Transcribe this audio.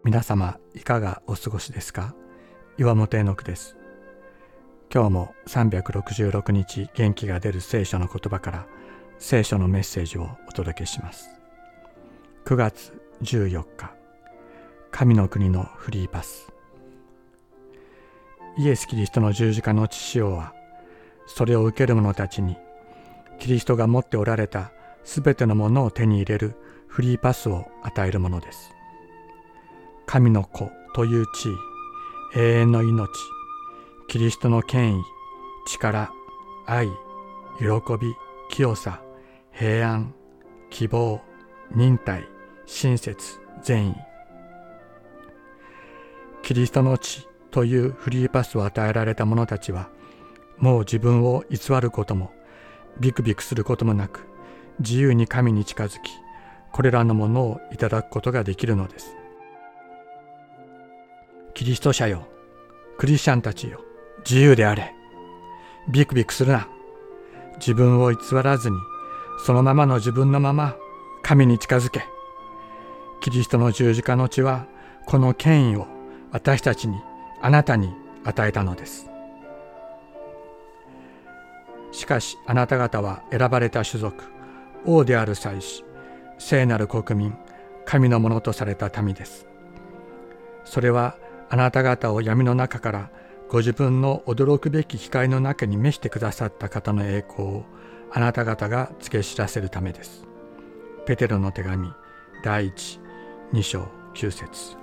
皆様いかがお過ごしですか？岩本絵の句です。今日も366日元気が出る聖書の言葉から聖書のメッセージをお届けします。9月14日、神の国のフリーパス。イエス・キリストの十字架の血潮は、それを受ける者たちにキリストが持っておられたすべてのものを手に入れるフリーパスを与えるものです。神の子という地位、永遠の命、キリストの権威、力、愛、喜び、清さ、平安、希望、忍耐、親切、善意。キリストの地というフリーパスを与えられた者たちは、もう自分を偽ることも、ビクビクすることもなく、自由に神に近づき、これらのものをいただくことができるのです。キリスト者よ、クリスチャンたちよ、自由であれ。ビクビクするな。自分を偽らずに、そのままの自分のまま神に近づけ。キリストの十字架の血は、この権威を私たちに、あなたに与えたのです。しかしあなた方は選ばれた種族、王である祭司、聖なる国民、神のものとされた民です。それはあなた方を闇の中からご自分の驚くべき光の中に召してくださった方の栄光をあなた方が告げ知らせるためです。ペテロの手紙第1、2章9節。